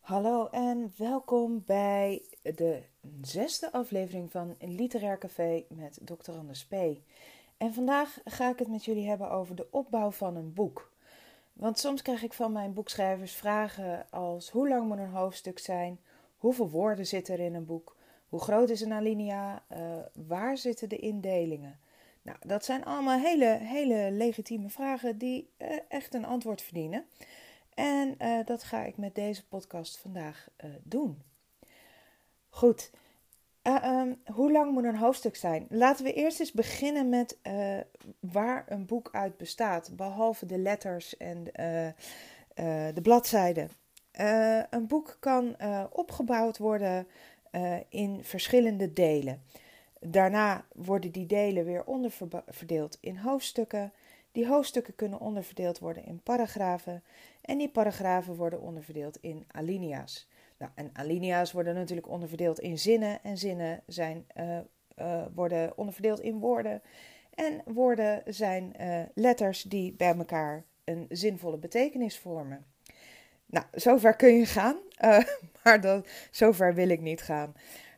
Hallo en welkom bij de 6e aflevering van Literair Café met Dr. Anders P. En vandaag ga ik het met jullie hebben over de opbouw van een boek. Want soms krijg ik van mijn boekschrijvers vragen als: hoe lang moet een hoofdstuk zijn? Hoeveel woorden zitten er in een boek? Hoe groot is een alinea? Waar zitten de indelingen? Nou, dat zijn allemaal hele legitieme vragen die echt een antwoord verdienen. En dat ga ik met deze podcast vandaag doen. Goed, hoe lang moet een hoofdstuk zijn? Laten we eerst eens beginnen met waar een boek uit bestaat, behalve de letters en de bladzijden. Een boek kan opgebouwd worden in verschillende delen. Daarna worden die delen weer onderverdeeld in hoofdstukken. Die hoofdstukken kunnen onderverdeeld worden in paragrafen. En die paragrafen worden onderverdeeld in alinea's. Nou, en alinea's worden natuurlijk onderverdeeld in zinnen. En zinnen worden onderverdeeld in woorden. En woorden zijn letters die bij elkaar een zinvolle betekenis vormen. Nou, zover kun je gaan. Maar zover wil ik niet gaan.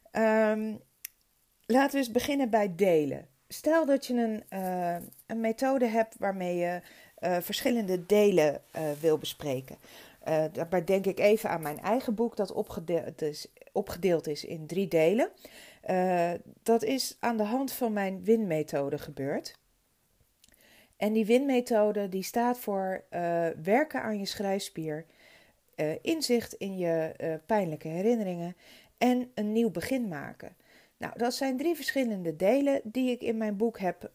Laten we eens beginnen bij delen. Stel dat je een methode hebt waarmee je verschillende delen wil bespreken. Daarbij denk ik even aan mijn eigen boek dat opgedeeld is in 3 delen. Dat is aan de hand van mijn WIN-methode gebeurd. En die WIN-methode die staat voor werken aan je schrijfspier, inzicht in je pijnlijke herinneringen en een nieuw begin maken. Nou, dat zijn 3 verschillende delen die ik in mijn boek heb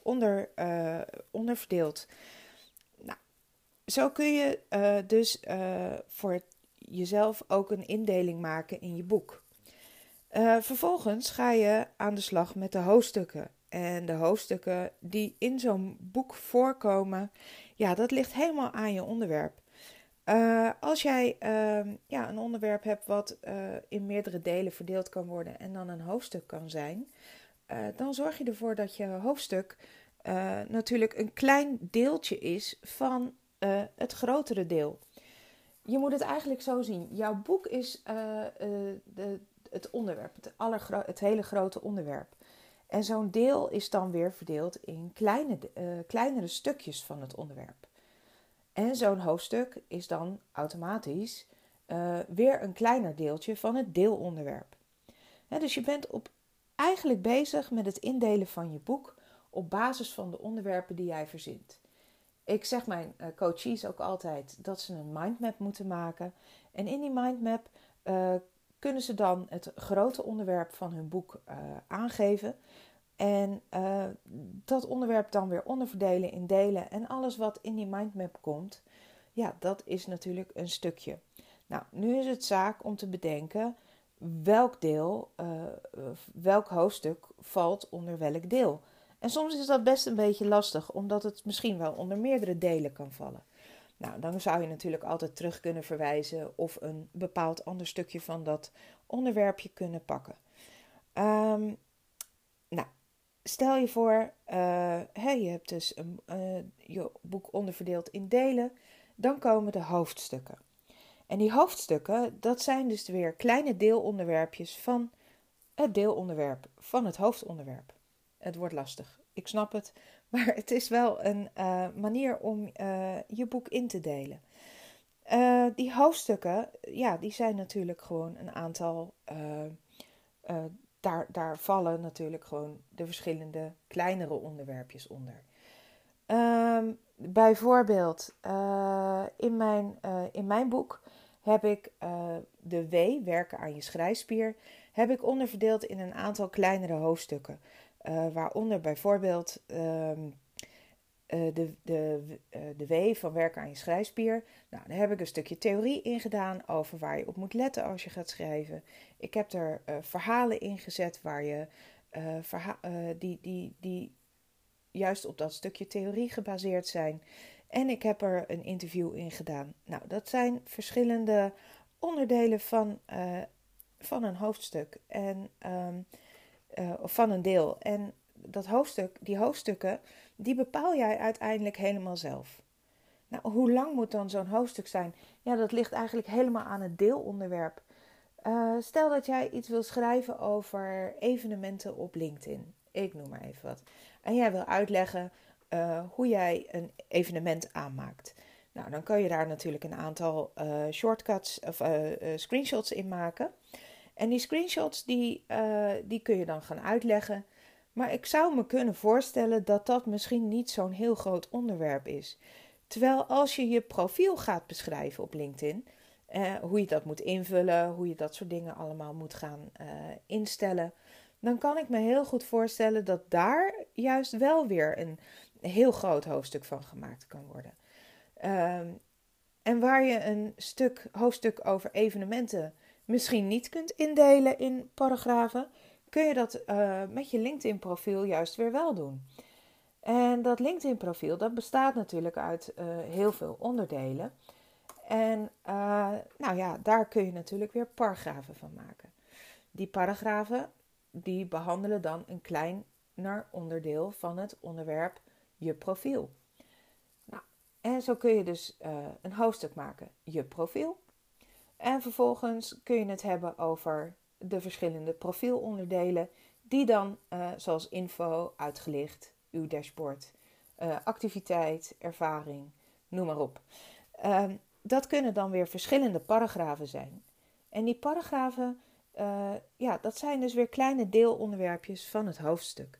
onderverdeeld. Nou, zo kun je dus voor jezelf ook een indeling maken in je boek. Vervolgens ga je aan de slag met de hoofdstukken. En de hoofdstukken die in zo'n boek voorkomen, ja, dat ligt helemaal aan je onderwerp. Als jij een onderwerp hebt wat in meerdere delen verdeeld kan worden en dan een hoofdstuk kan zijn, dan zorg je ervoor dat je hoofdstuk natuurlijk een klein deeltje is van het grotere deel. Je moet het eigenlijk zo zien. Jouw boek is het onderwerp, het hele grote onderwerp. En zo'n deel is dan weer verdeeld in kleinere stukjes van het onderwerp. En zo'n hoofdstuk is dan automatisch weer een kleiner deeltje van het deelonderwerp. Dus je bent eigenlijk bezig met het indelen van je boek op basis van de onderwerpen die jij verzint. Ik zeg mijn coaches ook altijd dat ze een mindmap moeten maken. En in die mindmap kunnen ze dan het grote onderwerp van hun boek aangeven. En dat onderwerp dan weer onderverdelen in delen. En alles wat in die mindmap komt, ja, dat is natuurlijk een stukje. Nou, nu is het zaak om te bedenken welk deel, welk hoofdstuk valt onder welk deel. En soms is dat best een beetje lastig, omdat het misschien wel onder meerdere delen kan vallen. Nou, dan zou je natuurlijk altijd terug kunnen verwijzen of een bepaald ander stukje van dat onderwerpje kunnen pakken. Nou, stel je voor, je hebt dus je boek onderverdeeld in delen. Dan komen de hoofdstukken. En die hoofdstukken, dat zijn dus weer kleine deelonderwerpjes van het deelonderwerp, van het hoofdonderwerp. Het wordt lastig, ik snap het. Maar het is wel een manier om je boek in te delen. Die hoofdstukken, ja, die zijn natuurlijk gewoon een aantal. Daar vallen natuurlijk gewoon de verschillende kleinere onderwerpjes onder. Bijvoorbeeld, in mijn boek heb ik de W, werken aan je schrijfspier, heb ik onderverdeeld in een aantal kleinere hoofdstukken. Waaronder bijvoorbeeld de W van werken aan je schrijfspier. Nou, daar heb ik een stukje theorie in gedaan over waar je op moet letten als je gaat schrijven. Ik heb er verhalen in gezet waar je die juist op dat stukje theorie gebaseerd zijn. En ik heb er een interview in gedaan. Nou, dat zijn verschillende onderdelen van een hoofdstuk of van een deel. En die hoofdstukken, die bepaal jij uiteindelijk helemaal zelf. Nou, hoe lang moet dan zo'n hoofdstuk zijn? Ja, dat ligt eigenlijk helemaal aan het deelonderwerp. Stel dat jij iets wil schrijven over evenementen op LinkedIn. Ik noem maar even wat. En jij wil uitleggen hoe jij een evenement aanmaakt. Nou, dan kan je daar natuurlijk een aantal shortcuts of screenshots in maken. En die screenshots die kun je dan gaan uitleggen. Maar ik zou me kunnen voorstellen dat dat misschien niet zo'n heel groot onderwerp is. Terwijl als je je profiel gaat beschrijven op LinkedIn, hoe je dat moet invullen, hoe je dat soort dingen allemaal moet gaan instellen, dan kan ik me heel goed voorstellen dat daar juist wel weer een heel groot hoofdstuk van gemaakt kan worden. En waar je een hoofdstuk over evenementen misschien niet kunt indelen in paragrafen, kun je dat met je LinkedIn-profiel juist weer wel doen. En dat LinkedIn-profiel dat bestaat natuurlijk uit heel veel onderdelen. En nou ja, daar kun je natuurlijk weer paragrafen van maken. Die paragrafen die behandelen dan een kleiner onderdeel van het onderwerp je profiel. Nou, en zo kun je dus een hoofdstuk maken, je profiel. En vervolgens kun je het hebben over de verschillende profielonderdelen die dan, zoals info, uitgelicht, uw dashboard, activiteit, ervaring, noem maar op. Dat kunnen dan weer verschillende paragrafen zijn. En die paragrafen, ja, dat zijn dus weer kleine deelonderwerpjes van het hoofdstuk.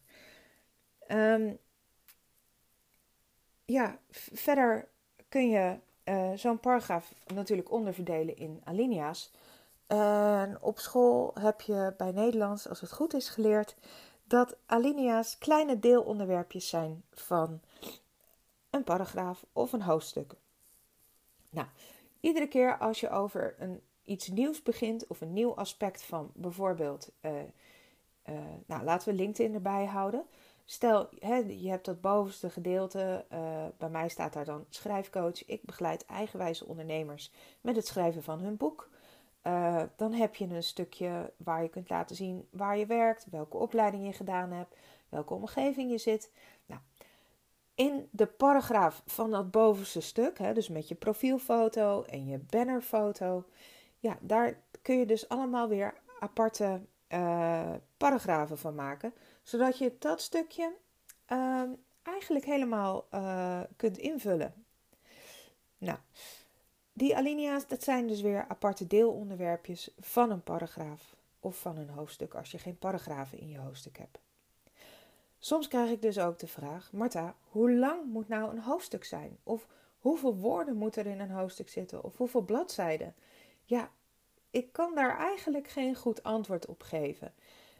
Ja, verder kun je zo'n paragraaf natuurlijk onderverdelen in alinea's. En op school heb je bij Nederlands, als het goed is, geleerd dat alinea's kleine deelonderwerpjes zijn van een paragraaf of een hoofdstuk. Nou, iedere keer als je over iets nieuws begint of een nieuw aspect van bijvoorbeeld, nou, laten we LinkedIn erbij houden. Stel, je hebt dat bovenste gedeelte, bij mij staat daar dan schrijfcoach. Ik begeleid eigenwijze ondernemers met het schrijven van hun boek. Dan heb je een stukje waar je kunt laten zien waar je werkt, welke opleiding je gedaan hebt, welke omgeving je zit. Nou, in de paragraaf van dat bovenste stuk, dus met je profielfoto en je bannerfoto, ja, daar kun je dus allemaal weer aparte paragrafen van maken, zodat je dat stukje eigenlijk helemaal kunt invullen. Nou, die alinea's, dat zijn dus weer aparte deelonderwerpjes van een paragraaf of van een hoofdstuk als je geen paragrafen in je hoofdstuk hebt. Soms krijg ik dus ook de vraag: Marta, hoe lang moet nou een hoofdstuk zijn? Of hoeveel woorden moet er in een hoofdstuk zitten? Of hoeveel bladzijden? Ja, ik kan daar eigenlijk geen goed antwoord op geven.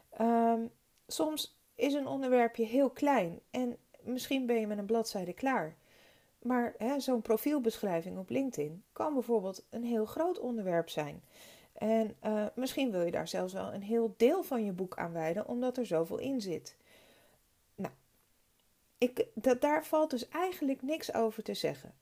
Soms is een onderwerpje heel klein en misschien ben je met een bladzijde klaar. Maar zo'n profielbeschrijving op LinkedIn kan bijvoorbeeld een heel groot onderwerp zijn. En misschien wil je daar zelfs wel een heel deel van je boek aan wijden, omdat er zoveel in zit. Nou, daar valt dus eigenlijk niks over te zeggen.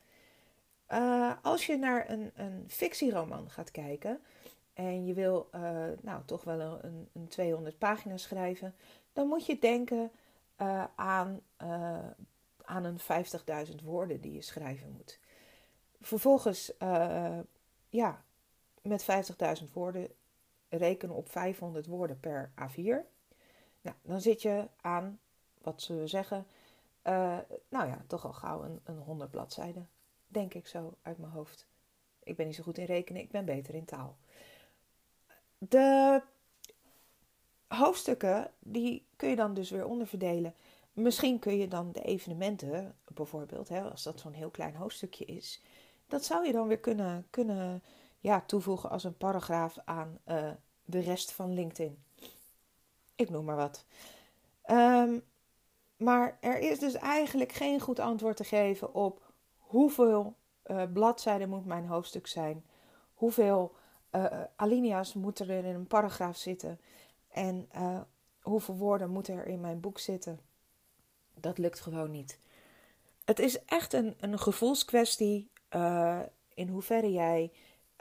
Als je naar een fictieroman gaat kijken en je wil nou toch wel een 200 pagina's schrijven, dan moet je denken aan een 50.000 woorden die je schrijven moet. Vervolgens, ja, met 50.000 woorden rekenen op 500 woorden per A4. Nou, dan zit je aan, wat zullen we zeggen, nou ja, toch al gauw een 100 bladzijden. Denk ik zo uit mijn hoofd. Ik ben niet zo goed in rekenen, ik ben beter in taal. De hoofdstukken, die kun je dan dus weer onderverdelen. Misschien kun je dan de evenementen, bijvoorbeeld, als dat zo'n heel klein hoofdstukje is, dat zou je dan weer kunnen toevoegen als een paragraaf aan de rest van LinkedIn. Ik noem maar wat. Maar er is dus eigenlijk geen goed antwoord te geven op hoeveel bladzijden moet mijn hoofdstuk zijn, hoeveel alinea's moeten er in een paragraaf zitten en hoeveel woorden moeten er in mijn boek zitten. Dat lukt gewoon niet. Het is echt een gevoelskwestie in hoeverre jij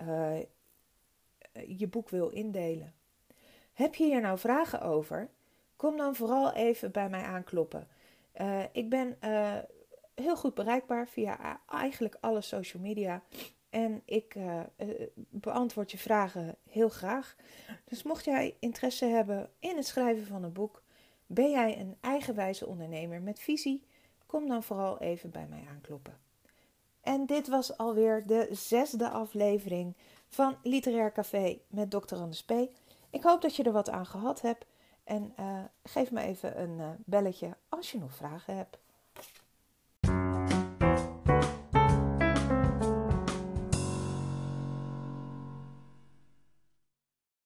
je boek wil indelen. Heb je hier nou vragen over? Kom dan vooral even bij mij aankloppen. Ik ben heel goed bereikbaar via eigenlijk alle social media. En ik beantwoord je vragen heel graag. Dus mocht jij interesse hebben in het schrijven van een boek, ben jij een eigenwijze ondernemer met visie, kom dan vooral even bij mij aankloppen. En dit was alweer de 6e aflevering van Literair Café met Dr. Anders P. Ik hoop dat je er wat aan gehad hebt. En geef me even een belletje als je nog vragen hebt.